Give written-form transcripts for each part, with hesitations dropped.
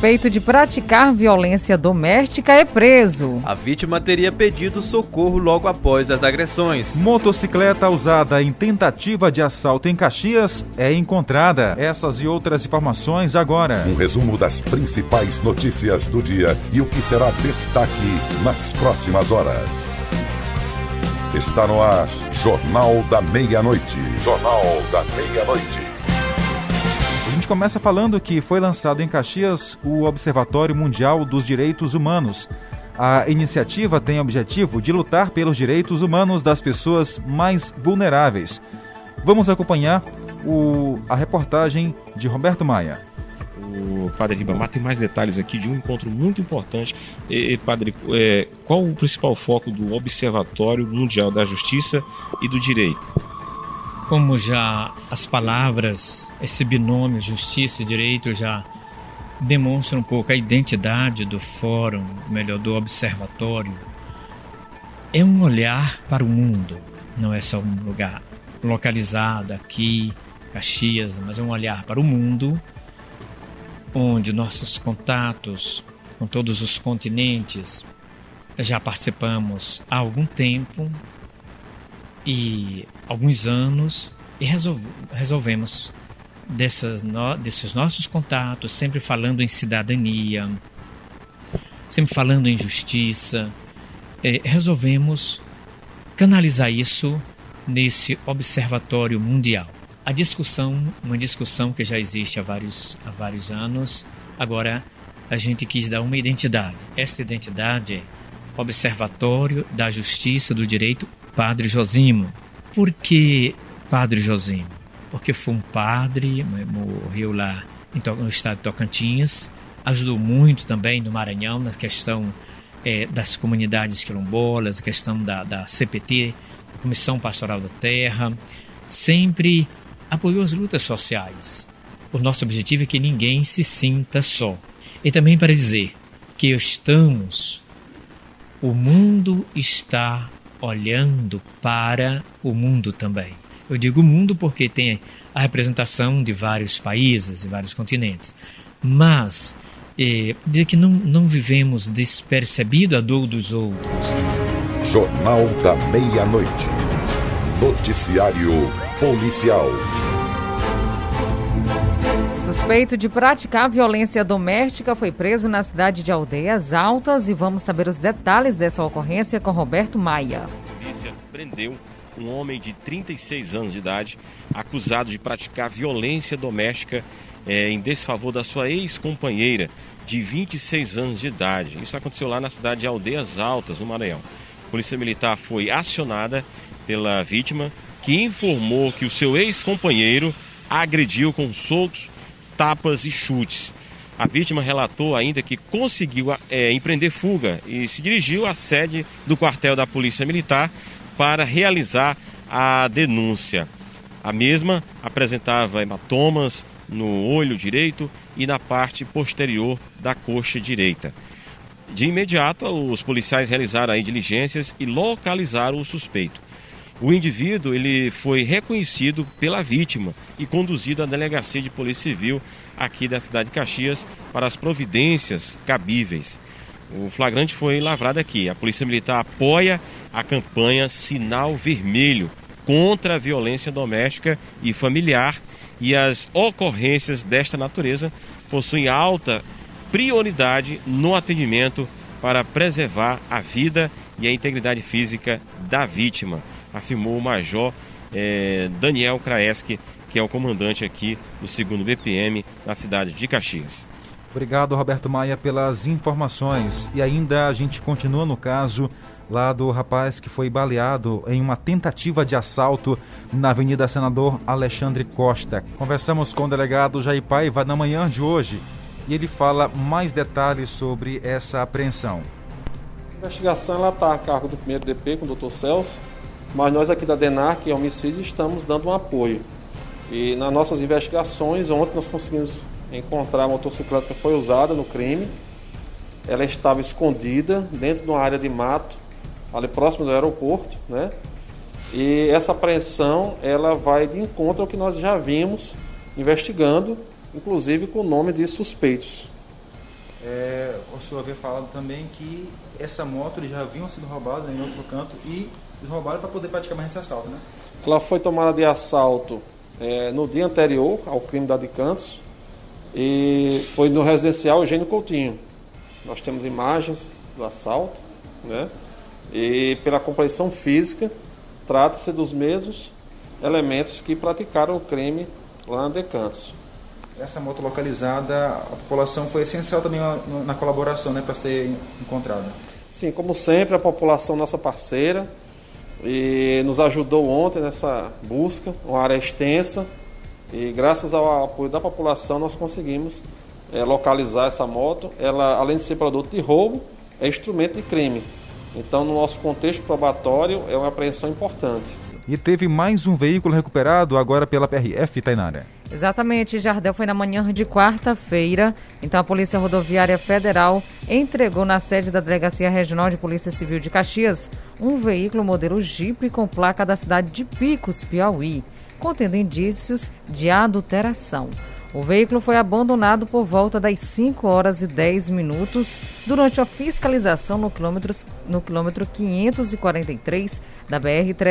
Suspeito de praticar violência doméstica é preso. A vítima teria pedido socorro logo após as agressões. Motocicleta usada em tentativa de assalto em Caxias é encontrada. Essas e outras informações agora. Um resumo das principais notícias do dia e o que será destaque nas próximas horas. Está no ar, Jornal da Meia-Noite. Jornal da Meia-Noite. A gente começa falando que foi lançado em Caxias o Observatório Mundial dos Direitos Humanos. A iniciativa tem o objetivo de lutar pelos direitos humanos das pessoas mais vulneráveis. Vamos acompanhar a reportagem de Roberto Maia. O Padre Ribamar tem mais detalhes aqui de um encontro muito importante. Padre, qual o principal foco do Observatório Mundial da Justiça e do Direito? Como já as palavras, esse binômio justiça e direito já demonstram um pouco a identidade do fórum, melhor, do observatório, é um olhar para o mundo, não é só um lugar localizado aqui, Caxias, mas é um olhar para o mundo, onde nossos contatos com todos os continentes já participamos há algum tempo e alguns anos e resolvemos desses nossos contatos, sempre falando em cidadania, sempre falando em justiça, resolvemos canalizar isso nesse observatório mundial. A discussão, uma discussão que já existe há vários anos, agora a gente quis dar uma identidade. Esta identidade é Observatório da Justiça e do Direito Padre Josimo. Por que Padre Josimo? Porque foi um padre, morreu lá no estado de Tocantins, ajudou muito também no Maranhão na questão das comunidades quilombolas, a questão da CPT, Comissão Pastoral da Terra, sempre apoiou as lutas sociais. O nosso objetivo é que ninguém se sinta só. E também para dizer que o mundo está olhando para o mundo também. Eu digo mundo porque tem a representação de vários países e vários continentes. Mas dizer que não vivemos despercebido a dor dos outros. Jornal da Meia-Noite. Noticiário policial. Suspeito de praticar violência doméstica foi preso na cidade de Aldeias Altas e vamos saber os detalhes dessa ocorrência com Roberto Maia. A polícia prendeu um homem de 36 anos de idade acusado de praticar violência doméstica em desfavor da sua ex-companheira de 26 anos de idade. Isso aconteceu lá na cidade de Aldeias Altas, no Maranhão. A Polícia Militar foi acionada pela vítima, que informou que o seu ex-companheiro a agrediu com socos, tapas e chutes. A vítima relatou ainda que conseguiu empreender fuga e se dirigiu à sede do quartel da Polícia Militar para realizar a denúncia. A mesma apresentava hematomas no olho direito e na parte posterior da coxa direita. De imediato, os policiais realizaram aí diligências e localizaram o suspeito. O indivíduo ele foi reconhecido pela vítima e conduzido à delegacia de Polícia Civil aqui da cidade de Caxias para as providências cabíveis. O flagrante foi lavrado aqui. A Polícia Militar apoia a campanha Sinal Vermelho contra a violência doméstica e familiar, e as ocorrências desta natureza possuem alta prioridade no atendimento para preservar a vida e a integridade física da vítima, afirmou o Major Daniel Kraeski, que é o comandante aqui do 2º BPM na cidade de Caxias. Obrigado, Roberto Maia, pelas informações. E ainda a gente continua no caso lá do rapaz que foi baleado em uma tentativa de assalto na Avenida Senador Alexandre Costa. Conversamos com o delegado Jair Paiva na manhã de hoje e ele fala mais detalhes sobre essa apreensão. A investigação está a cargo do 1º DP com o Dr. Celso, mas nós aqui da DENARC e Homicídios estamos dando um apoio. E nas nossas investigações, ontem nós conseguimos encontrar a motocicleta que foi usada no crime. Ela estava escondida dentro de uma área de mato, ali próximo do aeroporto, né? E essa apreensão, ela vai de encontro ao que nós já vimos investigando, inclusive com o nome de suspeitos. O senhor havia falado também que essa moto eles já haviam sido roubadas em outro canto e eles roubaram para poder praticar mais esse assalto, né? Ela foi tomada de assalto no dia anterior ao crime da de Cantos e foi no residencial Eugênio Coutinho. Nós temos imagens do assalto, né? E pela compreensão física, trata-se dos mesmos elementos que praticaram o crime lá na de Cantos. Essa moto localizada, a população foi essencial também na colaboração, né, para ser encontrada. Sim, como sempre, a população nossa parceira e nos ajudou ontem nessa busca, uma área extensa, e graças ao apoio da população nós conseguimos localizar essa moto. Ela, além de ser produto de roubo, é instrumento de crime. Então, no nosso contexto probatório, é uma apreensão importante. E teve mais um veículo recuperado agora pela PRF, Tainara. Exatamente, Jardel, foi na manhã de quarta-feira. Então a Polícia Rodoviária Federal entregou na sede da Delegacia Regional de Polícia Civil de Caxias um veículo modelo Jeep com placa da cidade de Picos, Piauí, contendo indícios de adulteração. O veículo foi abandonado por volta das 5 horas e 10 minutos durante a fiscalização no quilômetro 543 da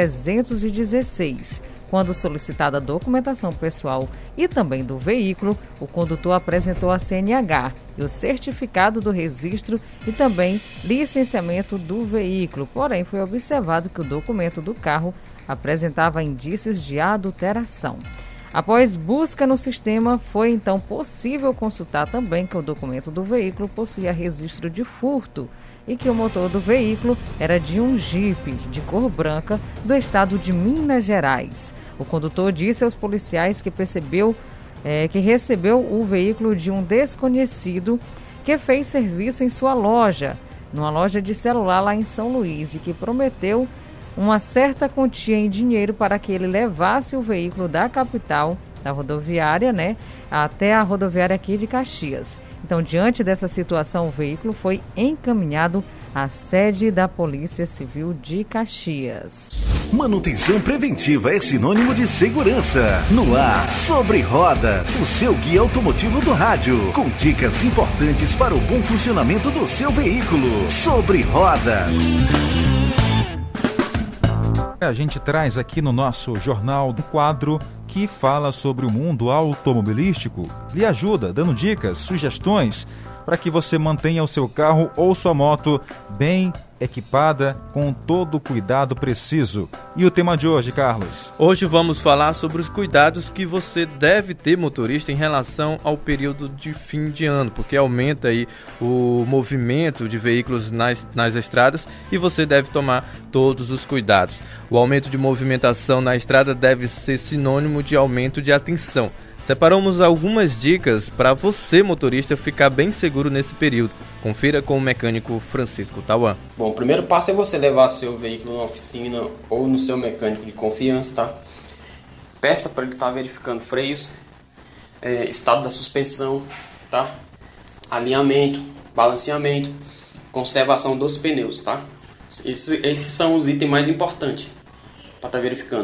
BR-316. Quando solicitada a documentação pessoal e também do veículo, o condutor apresentou a CNH e o certificado do registro e também licenciamento do veículo. Porém, foi observado que o documento do carro apresentava indícios de adulteração. Após busca no sistema, foi então possível consultar também que o documento do veículo possuía registro de furto e que o motor do veículo era de um Jeep de cor branca do estado de Minas Gerais. O condutor disse aos policiais que recebeu o veículo de um desconhecido que fez serviço em sua loja, numa loja de celular lá em São Luís, e que prometeu uma certa quantia em dinheiro para que ele levasse o veículo da capital, da rodoviária, né, até a rodoviária aqui de Caxias. Então, diante dessa situação, o veículo foi encaminhado à sede da Polícia Civil de Caxias. Manutenção preventiva é sinônimo de segurança. No ar, Sobre Rodas, o seu guia automotivo do rádio, com dicas importantes para o bom funcionamento do seu veículo. Sobre Rodas. A gente traz aqui no nosso jornal do quadro que fala sobre o mundo automobilístico, lhe ajuda dando dicas, sugestões para que você mantenha o seu carro ou sua moto bem equipada com todo o cuidado preciso. E o tema de hoje, Carlos? Hoje vamos falar sobre os cuidados que você deve ter, motorista, em relação ao período de fim de ano, porque aumenta aí o movimento de veículos nas estradas e você deve tomar todos os cuidados. O aumento de movimentação na estrada deve ser sinônimo de aumento de atenção. Separamos algumas dicas para você, motorista, ficar bem seguro nesse período. Confira com o mecânico Francisco Tauan. Bom, o primeiro passo é você levar seu veículo na oficina ou no seu mecânico de confiança, tá? Peça para ele estar verificando freios, estado da suspensão, tá? Alinhamento, balanceamento, conservação dos pneus, tá? Esses são os itens mais importantes para estar verificando.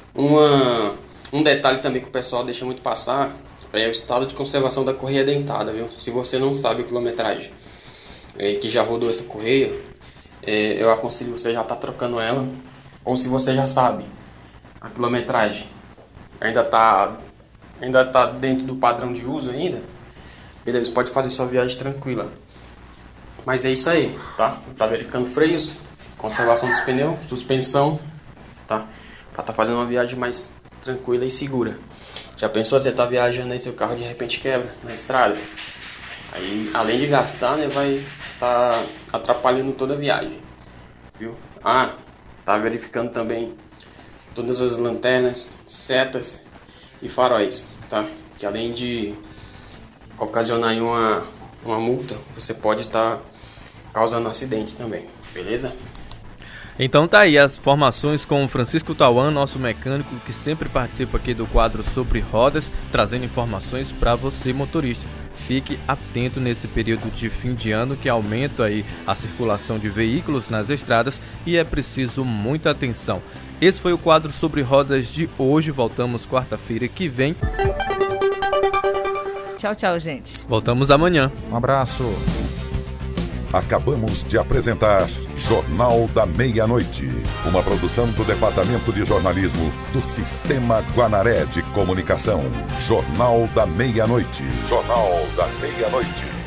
Um detalhe também que o pessoal deixa muito passar é o estado de conservação da correia dentada, viu? Se você não sabe a quilometragem que já rodou essa correia, eu aconselho você já estar trocando ela. Ou se você já sabe a quilometragem ainda tá dentro do padrão de uso ainda, beleza, você pode fazer sua viagem tranquila. Mas é isso aí, tá? Tá verificando freios, conservação dos pneus, suspensão, tá? Pra tá fazendo uma viagem mais tranquila e segura. Já pensou, você tá viajando aí, seu carro de repente quebra na estrada? Aí, além de gastar, né, vai tá atrapalhando toda a viagem, viu? Tá verificando também todas as lanternas, setas e faróis, tá? Que além de ocasionar aí uma multa, você pode estar causando acidentes também, beleza? Então tá aí as informações com o Francisco Tauan, nosso mecânico que sempre participa aqui do quadro Sobre Rodas, trazendo informações para você, motorista. Fique atento nesse período de fim de ano que aumenta aí a circulação de veículos nas estradas e é preciso muita atenção. Esse foi o quadro Sobre Rodas de hoje, voltamos quarta-feira que vem. Tchau, tchau, gente. Voltamos amanhã. Um abraço. Acabamos de apresentar Jornal da Meia-Noite, uma produção do Departamento de Jornalismo do Sistema Guanaré de Comunicação. Jornal da Meia-Noite. Jornal da Meia-Noite.